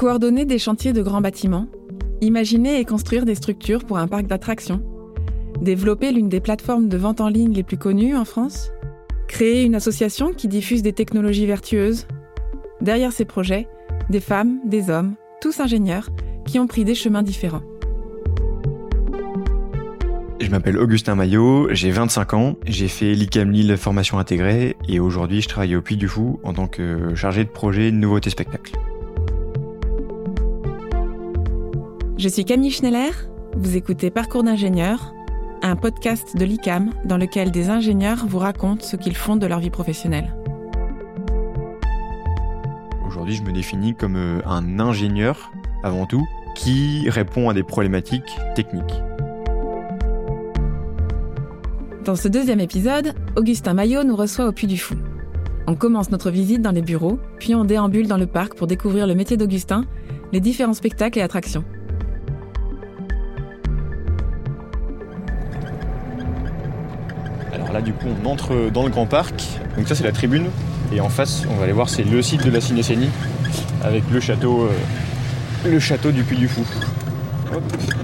Coordonner des chantiers de grands bâtiments, imaginer et construire des structures pour un parc d'attractions, développer l'une des plateformes de vente en ligne les plus connues en France, créer une association qui diffuse des technologies vertueuses. Derrière ces projets, des femmes, des hommes, tous ingénieurs, qui ont pris des chemins différents. Je m'appelle Augustin Maillot, j'ai 25 ans, j'ai fait l'ICAM Lille formation intégrée et aujourd'hui je travaille au Puy du Fou en tant que chargé de projet nouveauté spectacle. Je suis Camille Schneller, vous écoutez Parcours d'ingénieur, un podcast de l'ICAM dans lequel des ingénieurs vous racontent ce qu'ils font de leur vie professionnelle. Aujourd'hui je me définis comme un ingénieur avant tout qui répond à des problématiques techniques. Dans ce deuxième épisode, Augustin Maillot nous reçoit au Puy du Fou. On commence notre visite dans les bureaux, puis on déambule dans le parc pour découvrir le métier d'Augustin, les différents spectacles et attractions. Alors là du coup on entre dans le grand parc, donc ça c'est la tribune, et en face on va aller voir c'est le site de la Cinécénie avec le château du Puy du Fou. Hop.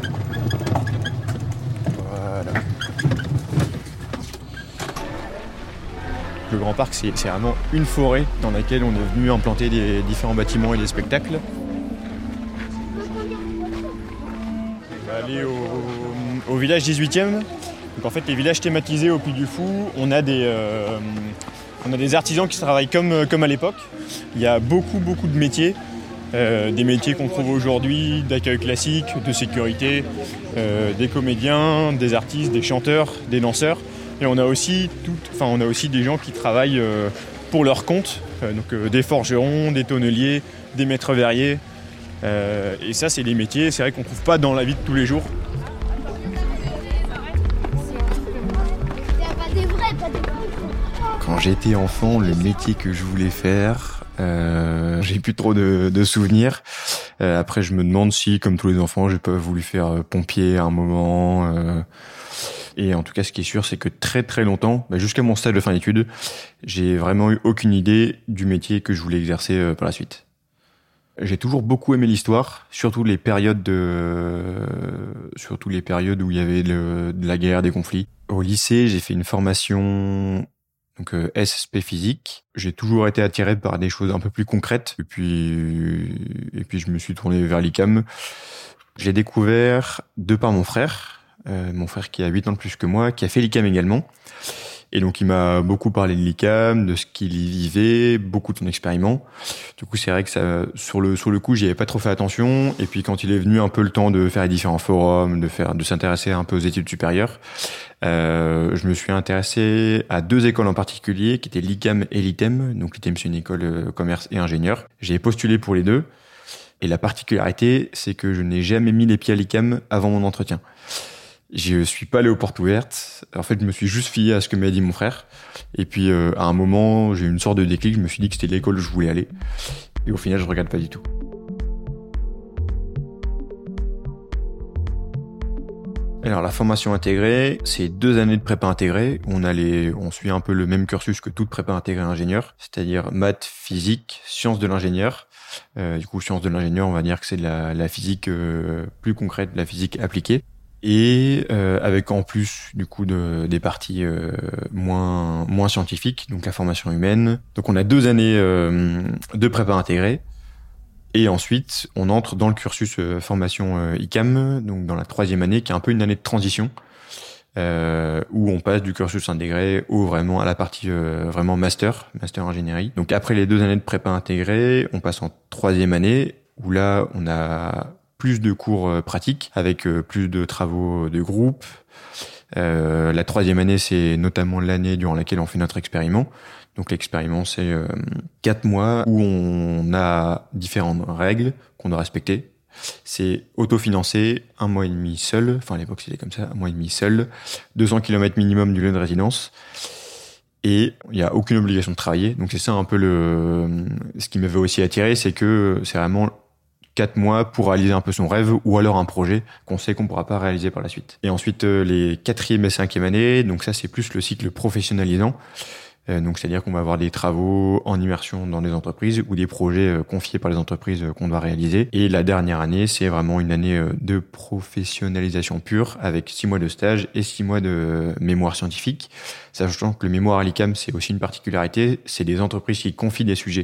Le Grand Parc, c'est vraiment une forêt dans laquelle on est venu implanter des différents bâtiments et des spectacles. On va aller au village 18e. Donc en fait, les villages thématisés au Puy du Fou, on a des artisans qui travaillent comme à l'époque. Il y a beaucoup de métiers. Des métiers qu'on trouve aujourd'hui, d'accueil classique, de sécurité, des comédiens, des artistes, des chanteurs, des danseurs. Et on a aussi des gens qui travaillent pour leur compte, des forgerons, des tonneliers, des maîtres verriers. Et ça, c'est des métiers, c'est vrai qu'on ne trouve pas dans la vie de tous les jours. Quand j'étais enfant, le métier que je voulais faire, j'ai plus trop de souvenirs. Après, je me demande si, comme tous les enfants, j'ai pas voulu faire pompier à un moment. Et en tout cas, ce qui est sûr, c'est que très très longtemps, jusqu'à mon stage de fin d'études, j'ai vraiment eu aucune idée du métier que je voulais exercer par la suite. J'ai toujours beaucoup aimé l'histoire, surtout les périodes où il y avait de la guerre, des conflits. Au lycée, j'ai fait une formation SSP physique. J'ai toujours été attiré par des choses un peu plus concrètes. Et puis je me suis tourné vers l'ICAM. Je l'ai découvert de par mon frère. Mon frère qui a 8 ans de plus que moi, qui a fait l'ICAM également. Et donc il m'a beaucoup parlé de l'ICAM, de ce qu'il y vivait, beaucoup de son expériment. Du coup c'est vrai que ça, sur le coup j'y avais pas trop fait attention. Et puis quand il est venu un peu le temps de faire les différents forums, de s'intéresser un peu aux études supérieures, je me suis intéressé à 2 écoles en particulier, qui étaient l'ICAM et l'ITEM. Donc l'ITEM c'est une école commerce et ingénieur. J'ai postulé pour les 2. Et la particularité, c'est que je n'ai jamais mis les pieds à l'ICAM avant mon entretien. Je suis pas allé aux portes ouvertes. En fait, je me suis juste fié à ce que m'a dit mon frère. Et puis, à un moment, j'ai eu une sorte de déclic. Je me suis dit que c'était l'école où je voulais aller. Et au final, je regrette pas du tout. Alors, la formation intégrée, c'est 2 années de prépa intégrée. On suit un peu le même cursus que toute prépa intégrée ingénieur. C'est-à-dire maths, physique, sciences de l'ingénieur. Du coup, sciences de l'ingénieur, on va dire que c'est de la physique plus concrète, de la physique appliquée. Et avec en plus du coup des parties moins scientifiques, donc la formation humaine. Donc on a 2 années de prépa intégrée et ensuite on entre dans le cursus formation ICAM, donc dans la 3e année qui est un peu une année de transition où on passe du cursus intégré à la partie vraiment master ingénierie. Donc après les 2 années de prépa intégrée, on passe en 3e année où là on a plus de cours pratiques avec plus de travaux de groupe. La 3e année, c'est notamment l'année durant laquelle on fait notre expériment. Donc l'expériment, c'est 4 mois où on a différentes règles qu'on doit respecter. C'est autofinancé, 1 mois et demi seul. Enfin, à l'époque, c'était comme ça, 1 mois et demi seul. 200 km minimum du lieu de résidence. Et il n'y a aucune obligation de travailler. Donc c'est ça un peu ce qui m'avait aussi attiré, c'est que c'est vraiment 4 mois pour réaliser un peu son rêve ou alors un projet qu'on sait qu'on pourra pas réaliser par la suite. Et ensuite, les 4e et 5e années, donc ça, c'est plus le cycle professionnalisant. Donc, c'est-à-dire qu'on va avoir des travaux en immersion dans des entreprises ou des projets confiés par les entreprises qu'on doit réaliser. Et la dernière année, c'est vraiment une année de professionnalisation pure avec 6 mois de stage et 6 mois de mémoire scientifique. Sachant que le mémoire à l'ICAM, c'est aussi une particularité. C'est des entreprises qui confient des sujets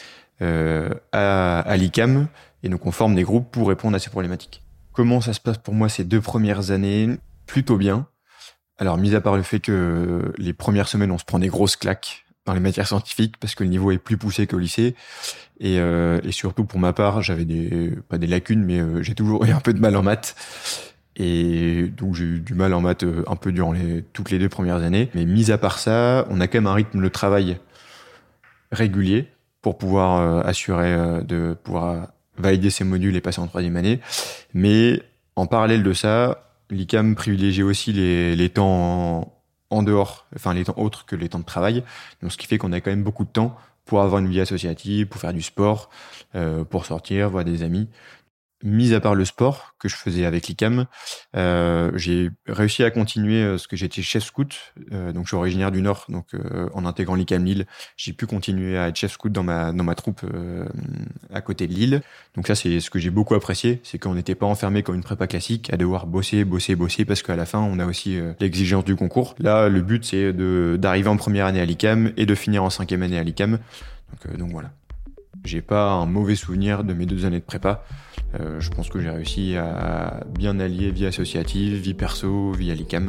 à l'ICAM. Et donc, on forme des groupes pour répondre à ces problématiques. Comment ça se passe pour moi ces 2 premières années? Plutôt bien. Alors, mis à part le fait que les premières semaines, on se prend des grosses claques dans les matières scientifiques parce que le niveau est plus poussé qu'au lycée. Et surtout, pour ma part, j'avais pas des lacunes, mais j'ai toujours eu un peu de mal en maths. Et donc, j'ai eu du mal en maths un peu durant toutes les 2 premières années. Mais mis à part ça, on a quand même un rythme de travail régulier pour pouvoir de pouvoir valider ces modules et passer en 3e année. Mais en parallèle de ça, l'ICAM privilégie aussi les temps en dehors, enfin les temps autres que les temps de travail. Donc, ce qui fait qu'on a quand même beaucoup de temps pour avoir une vie associative, pour faire du sport, pour sortir, voir des amis. Mis à part le sport que je faisais avec l'ICAM, j'ai réussi à continuer parce que j'étais chef scout. Donc, je suis originaire du Nord. Donc, en intégrant l'ICAM Lille, j'ai pu continuer à être chef scout dans ma troupe à côté de Lille. Donc, ça, c'est ce que j'ai beaucoup apprécié. C'est qu'on n'était pas enfermé comme une prépa classique à devoir bosser parce qu'à la fin, on a aussi l'exigence du concours. Là, le but, c'est d'arriver en première année à l'ICAM et de finir en 5e année à l'ICAM. Donc voilà. J'ai pas un mauvais souvenir de mes 2 années de prépa. Je pense que j'ai réussi à bien allier vie associative, vie perso, vie à l'ICAM.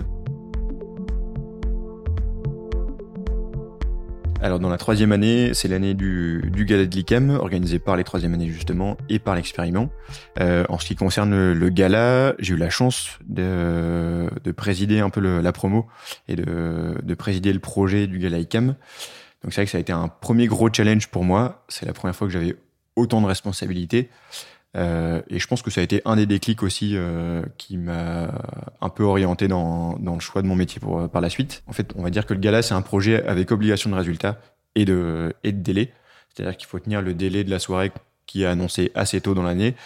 Alors dans la 3e année, c'est l'année du gala de l'ICAM, organisé par les 3e années justement, et par l'expériment. En ce qui concerne le gala, j'ai eu la chance de présider un peu la promo et de présider le projet du gala ICAM. Donc c'est vrai que ça a été un premier gros challenge pour moi. C'est la première fois que j'avais autant de responsabilités. Et je pense que ça a été un des déclics aussi qui m'a un peu orienté dans le choix de mon métier par la suite. En fait, on va dire que le gala, c'est un projet avec obligation de résultat et de délai. C'est-à-dire qu'il faut tenir le délai de la soirée qui est annoncé assez tôt dans l'année.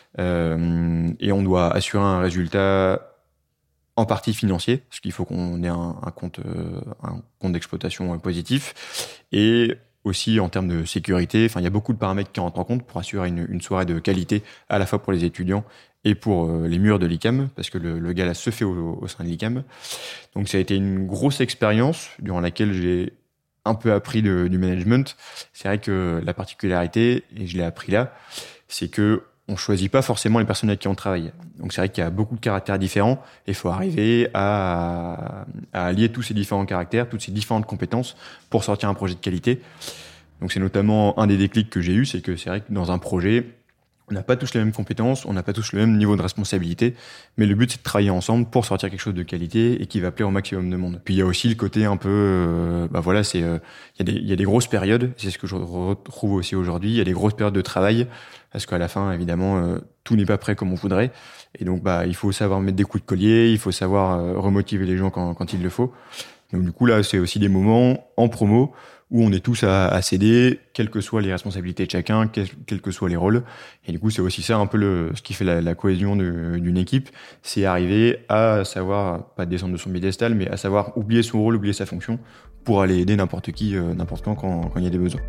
Et on doit assurer un résultat en partie financier, parce qu'il faut qu'on ait un compte d'exploitation positif, et aussi en termes de sécurité. Enfin, il y a beaucoup de paramètres qui rentrent en compte pour assurer une soirée de qualité, à la fois pour les étudiants et pour les murs de l'ICAM, parce que le gala se fait au sein de l'ICAM. Donc ça a été une grosse expérience durant laquelle j'ai un peu appris du management. C'est vrai que la particularité, et je l'ai appris là, c'est que on choisit pas forcément les personnes avec qui on travaille. Donc c'est vrai qu'il y a beaucoup de caractères différents et il faut arriver à allier tous ces différents caractères, toutes ces différentes compétences pour sortir un projet de qualité. Donc c'est notamment un des déclics que j'ai eu, c'est que c'est vrai que dans un projet, on n'a pas tous les mêmes compétences, on n'a pas tous le même niveau de responsabilité, mais le but c'est de travailler ensemble pour sortir quelque chose de qualité et qui va plaire au maximum de monde. Puis il y a aussi le côté un peu, il y a des grosses périodes, c'est ce que je retrouve aussi aujourd'hui, il y a des grosses périodes de travail, parce qu'à la fin évidemment tout n'est pas prêt comme on voudrait, et donc il faut savoir mettre des coups de collier, il faut savoir remotiver les gens quand il le faut. Donc du coup là c'est aussi des moments en promo où on est tous à céder, quelles que soient les responsabilités de chacun, quels que soient les rôles. Et du coup, c'est aussi ça un peu ce qui fait la cohésion d'une équipe, c'est arriver à savoir, pas descendre de son piédestal, mais à savoir oublier son rôle, oublier sa fonction, pour aller aider n'importe qui, n'importe quand il y a des besoins.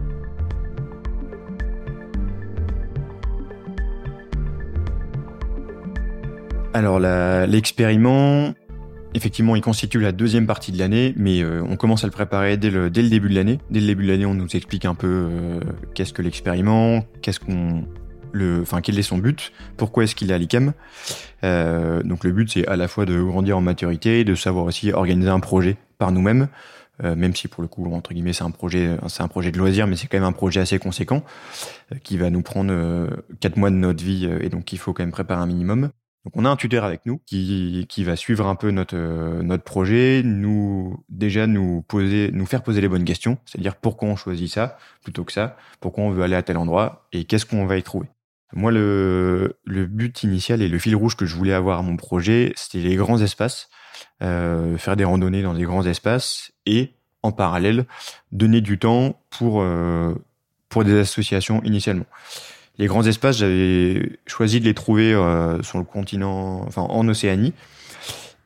Alors, l'expériment... Effectivement, il constitue la 2e partie de l'année, mais on commence à le préparer dès le début de l'année. Dès le début de l'année, on nous explique un peu qu'est-ce que l'expériment, quel est son but, pourquoi est-ce qu'il est à l'ICAM. Donc le but, c'est à la fois de grandir en maturité, de savoir aussi organiser un projet par nous-mêmes, même si pour le coup, entre guillemets, c'est un projet de loisir, mais c'est quand même un projet assez conséquent qui va nous prendre 4 mois de notre vie, et donc il faut quand même préparer un minimum. Donc on a un tuteur avec nous qui va suivre un peu notre projet, nous faire poser les bonnes questions, c'est-à-dire pourquoi on choisit ça plutôt que ça, pourquoi on veut aller à tel endroit et qu'est-ce qu'on va y trouver. Moi le but initial et le fil rouge que je voulais avoir à mon projet, c'était les grands espaces, faire des randonnées dans des grands espaces et en parallèle donner du temps pour des associations initialement. Les grands espaces, j'avais choisi de les trouver sur le continent, en Océanie.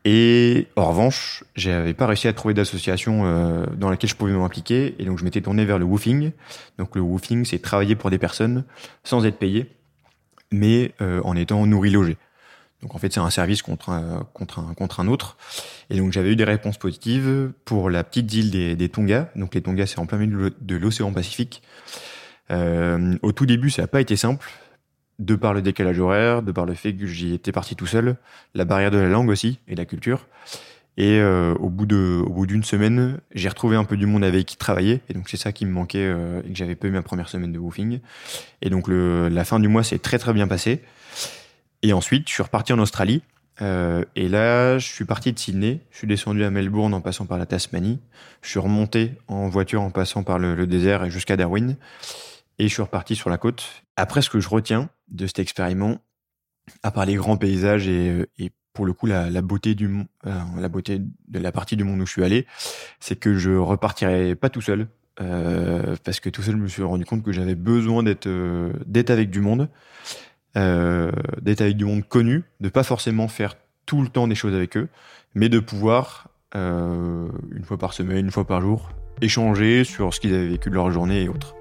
Et en revanche, j'avais pas réussi à trouver d'association dans laquelle je pouvais m'impliquer, et donc je m'étais tourné vers le woofing. Donc le woofing, c'est travailler pour des personnes sans être payé, mais en étant nourri-logé. Donc en fait, c'est un service contre un autre. Et donc j'avais eu des réponses positives pour la petite île des Tonga. Donc les Tonga, c'est en plein milieu de l'océan Pacifique. Au tout début, ça n'a pas été simple, de par le décalage horaire, de par le fait que j'y étais parti tout seul, la barrière de la langue aussi et de la culture. Et au bout d'une semaine, j'ai retrouvé un peu du monde avec qui travailler. Et donc c'est ça qui me manquait et que j'avais pas eu ma première semaine de woofing. Et donc la fin du mois s'est très très bien passée. Et ensuite, je suis reparti en Australie. Et là, je suis parti de Sydney. Je suis descendu à Melbourne en passant par la Tasmanie. Je suis remonté en voiture en passant par le désert et jusqu'à Darwin. Et je suis reparti sur la côte. Après, ce que je retiens de cet expériment, à part les grands paysages et pour le coup la beauté la beauté de la partie du monde où je suis allé, c'est que je repartirai pas tout seul. Parce que tout seul, je me suis rendu compte que j'avais besoin d'être avec du monde. D'être avec du monde connu, de pas forcément faire tout le temps des choses avec eux, mais de pouvoir, une fois par semaine, une fois par jour, échanger sur ce qu'ils avaient vécu de leur journée et autres.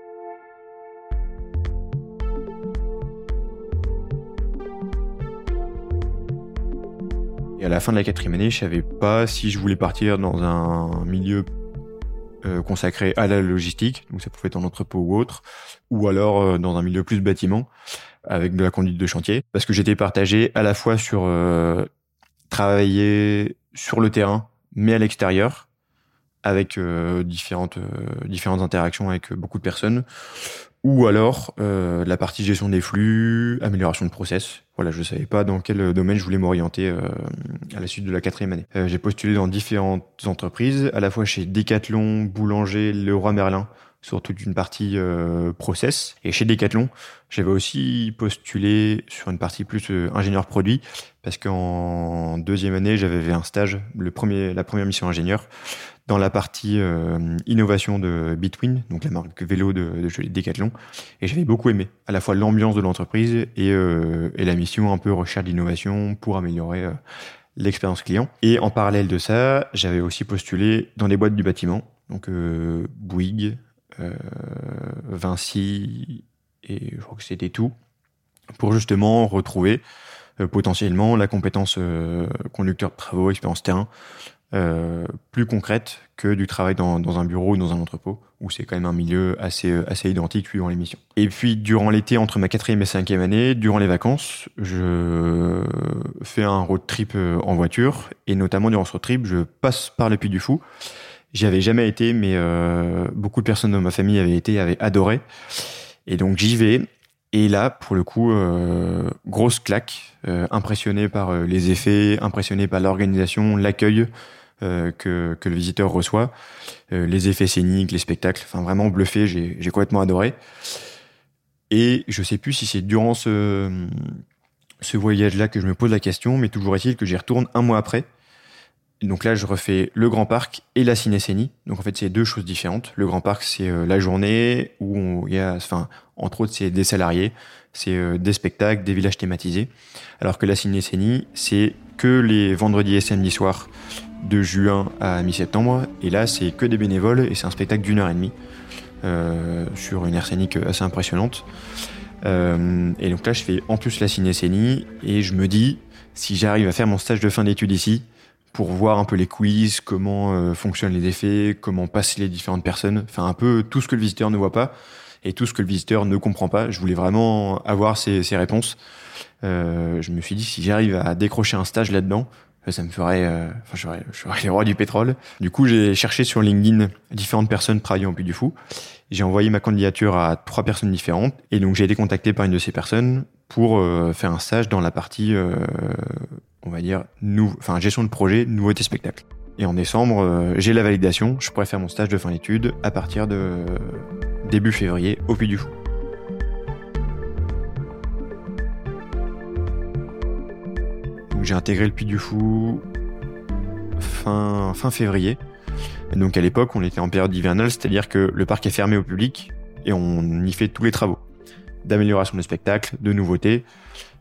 Et à la fin de la 4e année, je savais pas si je voulais partir dans un milieu consacré à la logistique, donc ça pouvait être en entrepôt ou autre, ou alors dans un milieu plus bâtiment, avec de la conduite de chantier, parce que j'étais partagé à la fois sur travailler sur le terrain, mais à l'extérieur, avec différentes interactions avec beaucoup de personnes, ou alors la partie gestion des flux, amélioration de process. Voilà, je savais pas dans quel domaine je voulais m'orienter à la suite de la 4e année. J'ai postulé dans différentes entreprises, à la fois chez Decathlon, Boulanger, Leroy Merlin, sur toute une partie process. Et chez Decathlon, j'avais aussi postulé sur une partie plus ingénieur produit, parce qu'en 2e année, j'avais fait un stage, la première mission ingénieur, dans la partie innovation de Bitwin, donc la marque vélo de Decathlon. Et j'avais beaucoup aimé à la fois l'ambiance de l'entreprise et la mission un peu recherche d'innovation pour améliorer l'expérience client. Et en parallèle de ça, j'avais aussi postulé dans des boîtes du bâtiment, donc Bouygues, Vinci, et je crois que c'était tout, pour justement retrouver potentiellement la compétence conducteur de travaux, expérience terrain, plus concrète que du travail dans un bureau ou dans un entrepôt, où c'est quand même un milieu assez identique suivant les missions. Et puis durant l'été, entre ma 4e et 5e année, durant les vacances, je fais un road trip en voiture, et notamment durant ce road trip, je passe par le Puy du Fou. J'y avais jamais été, mais beaucoup de personnes dans ma famille avaient adoré. Et donc j'y vais. Et là, pour le coup, grosse claque, impressionné par les effets, impressionné par l'organisation, l'accueil que le visiteur reçoit, les effets scéniques, les spectacles, enfin vraiment bluffé, j'ai complètement adoré. Et je sais plus si c'est durant ce voyage-là que je me pose la question, mais toujours est-il que j'y retourne un mois après. Et donc là, je refais le Grand Parc et la Cinécénie. Donc en fait, c'est deux choses différentes. Le Grand Parc, c'est la journée où il y a, entre autres, c'est des salariés, c'est des spectacles, des villages thématisés. Alors que la Cinécénie, c'est que les vendredis et samedis soirs de juin à mi-septembre. Et là, c'est que des bénévoles et c'est un spectacle d'1h30 sur une aire scénique assez impressionnante. Et donc là, je fais en plus la Cinécénie et je me dis, si j'arrive à faire mon stage de fin d'études ici, pour voir un peu les quiz, comment fonctionnent les effets, comment passent les différentes personnes, enfin un peu tout ce que le visiteur ne voit pas et tout ce que le visiteur ne comprend pas. Je voulais vraiment avoir ces réponses. Je me suis dit, si j'arrive à décrocher un stage là-dedans, ça me ferait, je serais les rois du pétrole. Du coup, j'ai cherché sur LinkedIn différentes personnes travaillant au Puy du Fou. J'ai envoyé ma candidature à 3 personnes différentes et donc j'ai été contacté par une de ces personnes pour faire un stage dans la partie on va dire, gestion de projet, nouveauté spectacle. Et en décembre, j'ai la validation, je pourrais faire mon stage de fin d'études à partir de début février au Puy du Fou. Donc j'ai intégré le Puy du Fou fin février. Et donc à l'époque, on était en période hivernale, c'est-à-dire que le parc est fermé au public et on y fait tous les travaux d'amélioration des spectacles, de nouveautés.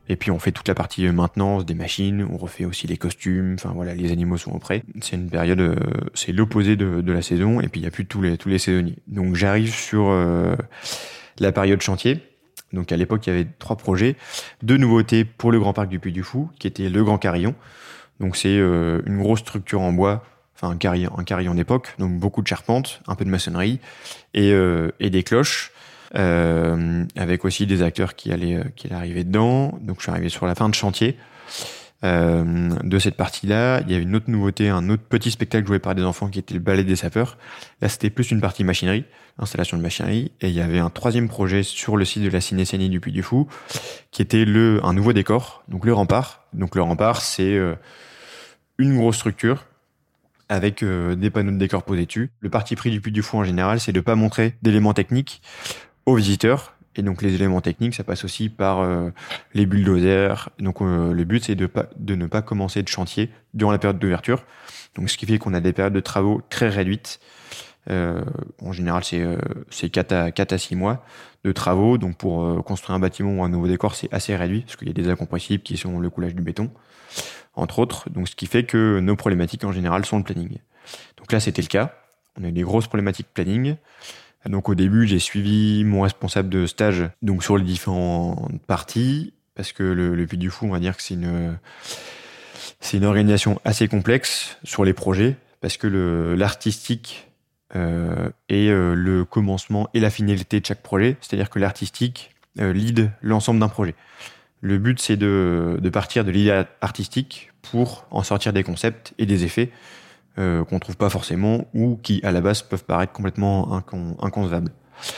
Et puis on fait toute la partie maintenance des machines, on refait aussi les costumes, enfin voilà, les animaux sont auprès. C'est une période, c'est l'opposé de la saison, et puis il n'y a plus tous les saisonniers. Donc j'arrive sur la période chantier. Donc à l'époque, il y avait 3 projets, 2 nouveautés pour le Grand Parc du Puy du Fou, qui était le Grand Carillon. Donc c'est une grosse structure en bois, enfin un carillon d'époque, donc beaucoup de charpente, un peu de maçonnerie et des cloches. Avec aussi des acteurs qui allaient arriver dedans. Donc je suis arrivé sur la fin de chantier de cette partie-là. Il y avait une autre nouveauté, un autre petit spectacle joué par des enfants qui était le ballet des sapeurs. Là c'était plus une partie machinerie, installation de machinerie, et il y avait un 3e projet sur le site de la Ciné-Scénie du Puy du Fou qui était un nouveau décor, donc le rempart. Donc le rempart, c'est une grosse structure avec des panneaux de décor posés dessus. Le parti pris du Puy du Fou en général, c'est de pas montrer d'éléments techniques aux visiteurs. Et donc les éléments techniques, ça passe aussi par les bulldozers. Donc le but, c'est de ne pas commencer de chantier durant la période d'ouverture. Donc ce qui fait qu'on a des périodes de travaux très réduites. En général, c'est 4 à 6 mois de travaux. Donc pour construire un bâtiment ou un nouveau décor, c'est assez réduit parce qu'il y a des incompressibles qui sont le coulage du béton, entre autres. Donc ce qui fait que nos problématiques en général sont le planning. Donc là, c'était le cas. On a eu des grosses problématiques planning. Donc au début, j'ai suivi mon responsable de stage donc sur les différentes parties, parce que le Puy du Fou, on va dire que c'est une organisation assez complexe sur les projets, parce que l'artistique est le commencement et la finalité de chaque projet, c'est-à-dire que l'artistique lead l'ensemble d'un projet. Le but, c'est de partir de l'idée artistique pour en sortir des concepts et des effets qu'on trouve pas forcément ou qui à la base peuvent paraître complètement inconcevables.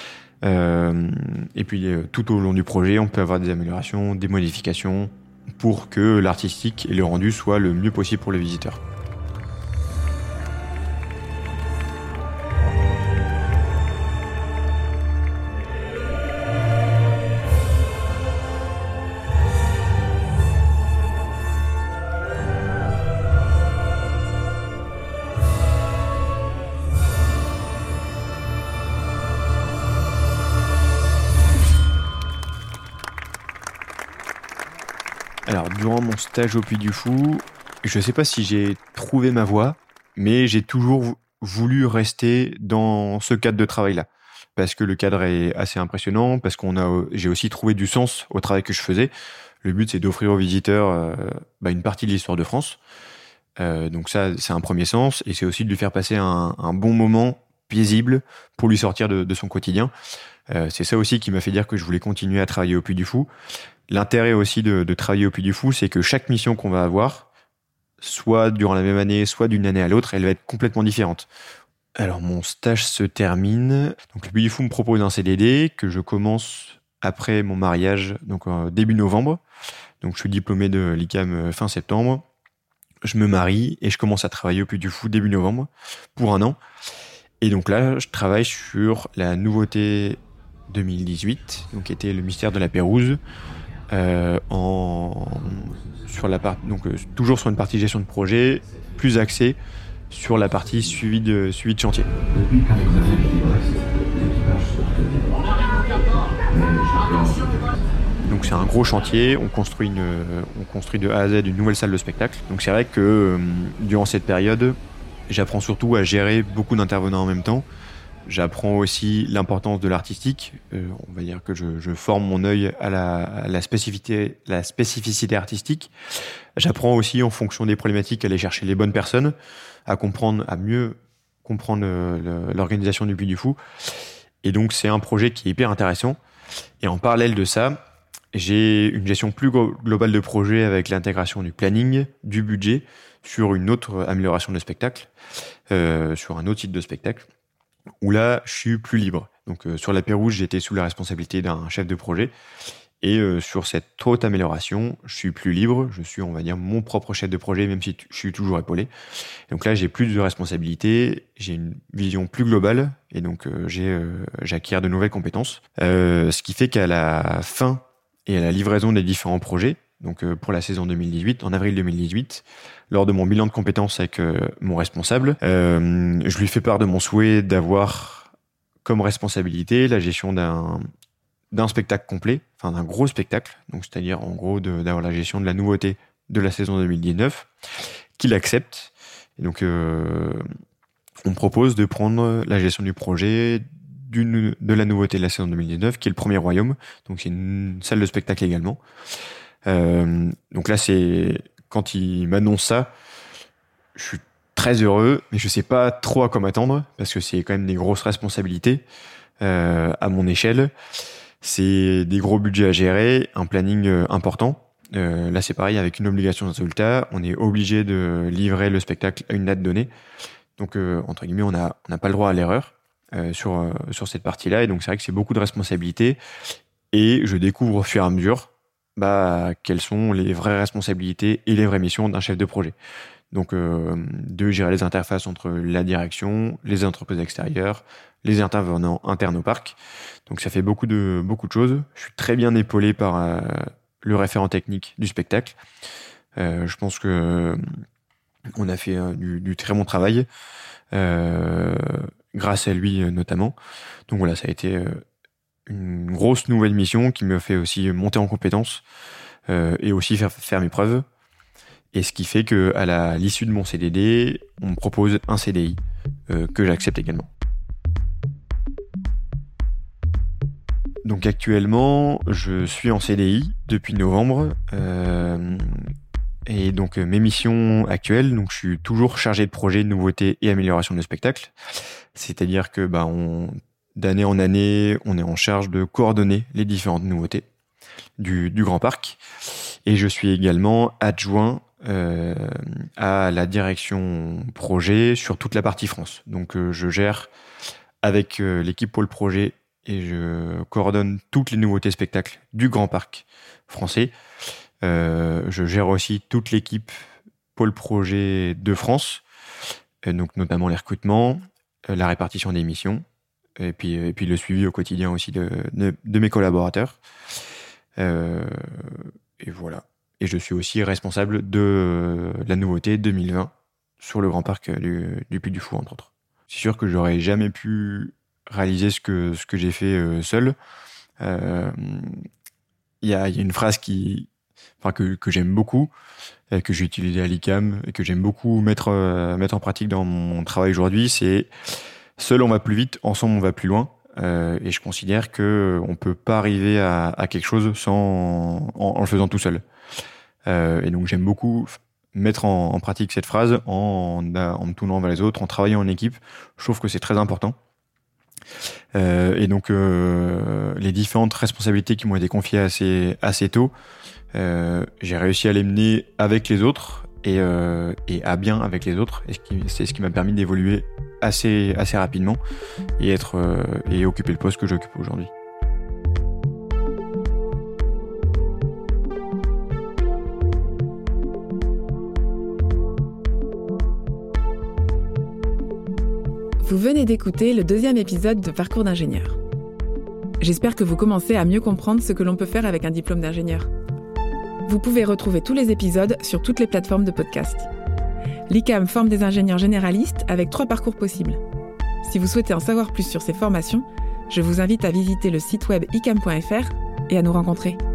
Et puis tout au long du projet, on peut avoir des améliorations, des modifications pour que l'artistique et le rendu soient le mieux possible pour le visiteur. Alors, durant mon stage au Puy du Fou, je sais pas si j'ai trouvé ma voie, mais j'ai toujours voulu rester dans ce cadre de travail-là. Parce que le cadre est assez impressionnant, parce j'ai aussi trouvé du sens au travail que je faisais. Le but, c'est d'offrir aux visiteurs une partie de l'histoire de France. Donc ça, c'est un premier sens, et c'est aussi de lui faire passer un bon moment paisible pour lui sortir de son quotidien. C'est ça aussi qui m'a fait dire que je voulais continuer à travailler au Puy du Fou. L'intérêt aussi de travailler au Puy du Fou, c'est que chaque mission qu'on va avoir, soit durant la même année, soit d'une année à l'autre, elle va être complètement différente. Alors mon stage se termine. Donc le Puy du Fou me propose un CDD que je commence après mon mariage, donc début novembre. Donc je suis diplômé de l'ICAM fin septembre. Je me marie et je commence à travailler au Puy du Fou début novembre pour 1 an. Et donc là, je travaille sur la nouveauté 2018, donc qui était le mystère de la Pérouse. Toujours sur une partie gestion de projet, plus axée sur la partie suivi de chantier. Donc c'est un gros chantier, on construit de A à Z une nouvelle salle de spectacle. Donc c'est vrai que durant cette période, j'apprends surtout à gérer beaucoup d'intervenants en même temps. J'apprends aussi l'importance de l'artistique. On va dire que je forme mon œil à la spécificité artistique. J'apprends aussi en fonction des problématiques à aller chercher les bonnes personnes, à mieux comprendre l'organisation du Puy du Fou. Et donc c'est un projet qui est hyper intéressant. Et en parallèle de ça, j'ai une gestion plus globale de projet avec l'intégration du planning, du budget, sur une autre amélioration de spectacle, sur un autre site de spectacle, où là, je suis plus libre. Donc sur la Pérouse, j'étais sous la responsabilité d'un chef de projet. Et sur cette haute amélioration, je suis plus libre. Je suis, on va dire, mon propre chef de projet, même si je suis toujours épaulé. Donc là, j'ai plus de responsabilités, j'ai une vision plus globale, et donc j'acquiers de nouvelles compétences. Ce qui fait qu'à la fin et à la livraison des différents projets, donc pour la saison 2018, en avril 2018, lors de mon bilan de compétences avec mon responsable, je lui fais part de mon souhait d'avoir comme responsabilité la gestion d'un spectacle complet, enfin d'un gros spectacle, donc c'est-à-dire en gros d'avoir la gestion de la nouveauté de la saison 2019, qu'il accepte. Et donc on propose de prendre la gestion du projet de la nouveauté de la saison 2019, qui est le Premier Royaume, donc c'est une salle de spectacle également. Donc là, c'est quand il m'annonce ça, je suis très heureux, mais je sais pas trop à quoi m'attendre, parce que c'est quand même des grosses responsabilités à mon échelle. C'est des gros budgets à gérer, un planning important. Là, c'est pareil, avec une obligation de résultat, on est obligé de livrer le spectacle à une date donnée. Donc, entre guillemets, on n'a pas le droit à l'erreur sur cette partie-là. Et donc, c'est vrai que c'est beaucoup de responsabilités. Et je découvre au fur et à mesure quelles sont les vraies responsabilités et les vraies missions d'un chef de projet. Donc, de gérer les interfaces entre la direction, les entreprises extérieures, les intervenants internes au parc. Donc, ça fait beaucoup de choses. Je suis très bien épaulé par le référent technique du spectacle. Je pense que on a fait du très bon travail, grâce à lui notamment. Donc voilà, ça a été une grosse nouvelle mission qui me fait aussi monter en compétences et aussi faire mes preuves. Et ce qui fait que à l'issue de mon CDD, on me propose un CDI que j'accepte également. Donc actuellement, je suis en CDI depuis novembre. Et donc mes missions actuelles, donc je suis toujours chargé de projet, de nouveautés et amélioration de spectacle. C'est-à-dire que d'année en année, on est en charge de coordonner les différentes nouveautés du Grand Parc. Et je suis également adjoint à la direction projet sur toute la partie France. Donc je gère avec l'équipe Pôle Projet et je coordonne toutes les nouveautés spectacles du Grand Parc français. Je gère aussi toute l'équipe Pôle Projet de France, donc notamment les recrutements, la répartition des missions, et puis le suivi au quotidien aussi de mes collaborateurs. Et voilà. Et je suis aussi responsable de la nouveauté 2020 sur le Grand Parc du Puy du Fou, entre autres. C'est sûr que j'aurais jamais pu réaliser ce que j'ai fait seul. Il y a une phrase que j'aime beaucoup, que j'ai utilisée à l'ICAM et que j'aime beaucoup mettre en pratique dans mon travail aujourd'hui, c'est « seul on va plus vite, ensemble on va plus loin ». Et je considère que on peut pas arriver à quelque chose en le faisant tout seul. Et donc j'aime beaucoup mettre en pratique cette phrase en me tournant vers les autres, en travaillant en équipe. Je trouve que c'est très important. Et donc les différentes responsabilités qui m'ont été confiées assez tôt, j'ai réussi à les mener avec les autres et à bien avec les autres. Et c'est ce qui m'a permis d'évoluer assez rapidement et occuper le poste que j'occupe aujourd'hui. Vous venez d'écouter le 2e épisode de Parcours d'ingénieur. J'espère que vous commencez à mieux comprendre ce que l'on peut faire avec un diplôme d'ingénieur. Vous pouvez retrouver tous les épisodes sur toutes les plateformes de podcast. L'ICAM forme des ingénieurs généralistes avec 3 parcours possibles. Si vous souhaitez en savoir plus sur ces formations, je vous invite à visiter le site web icam.fr et à nous rencontrer.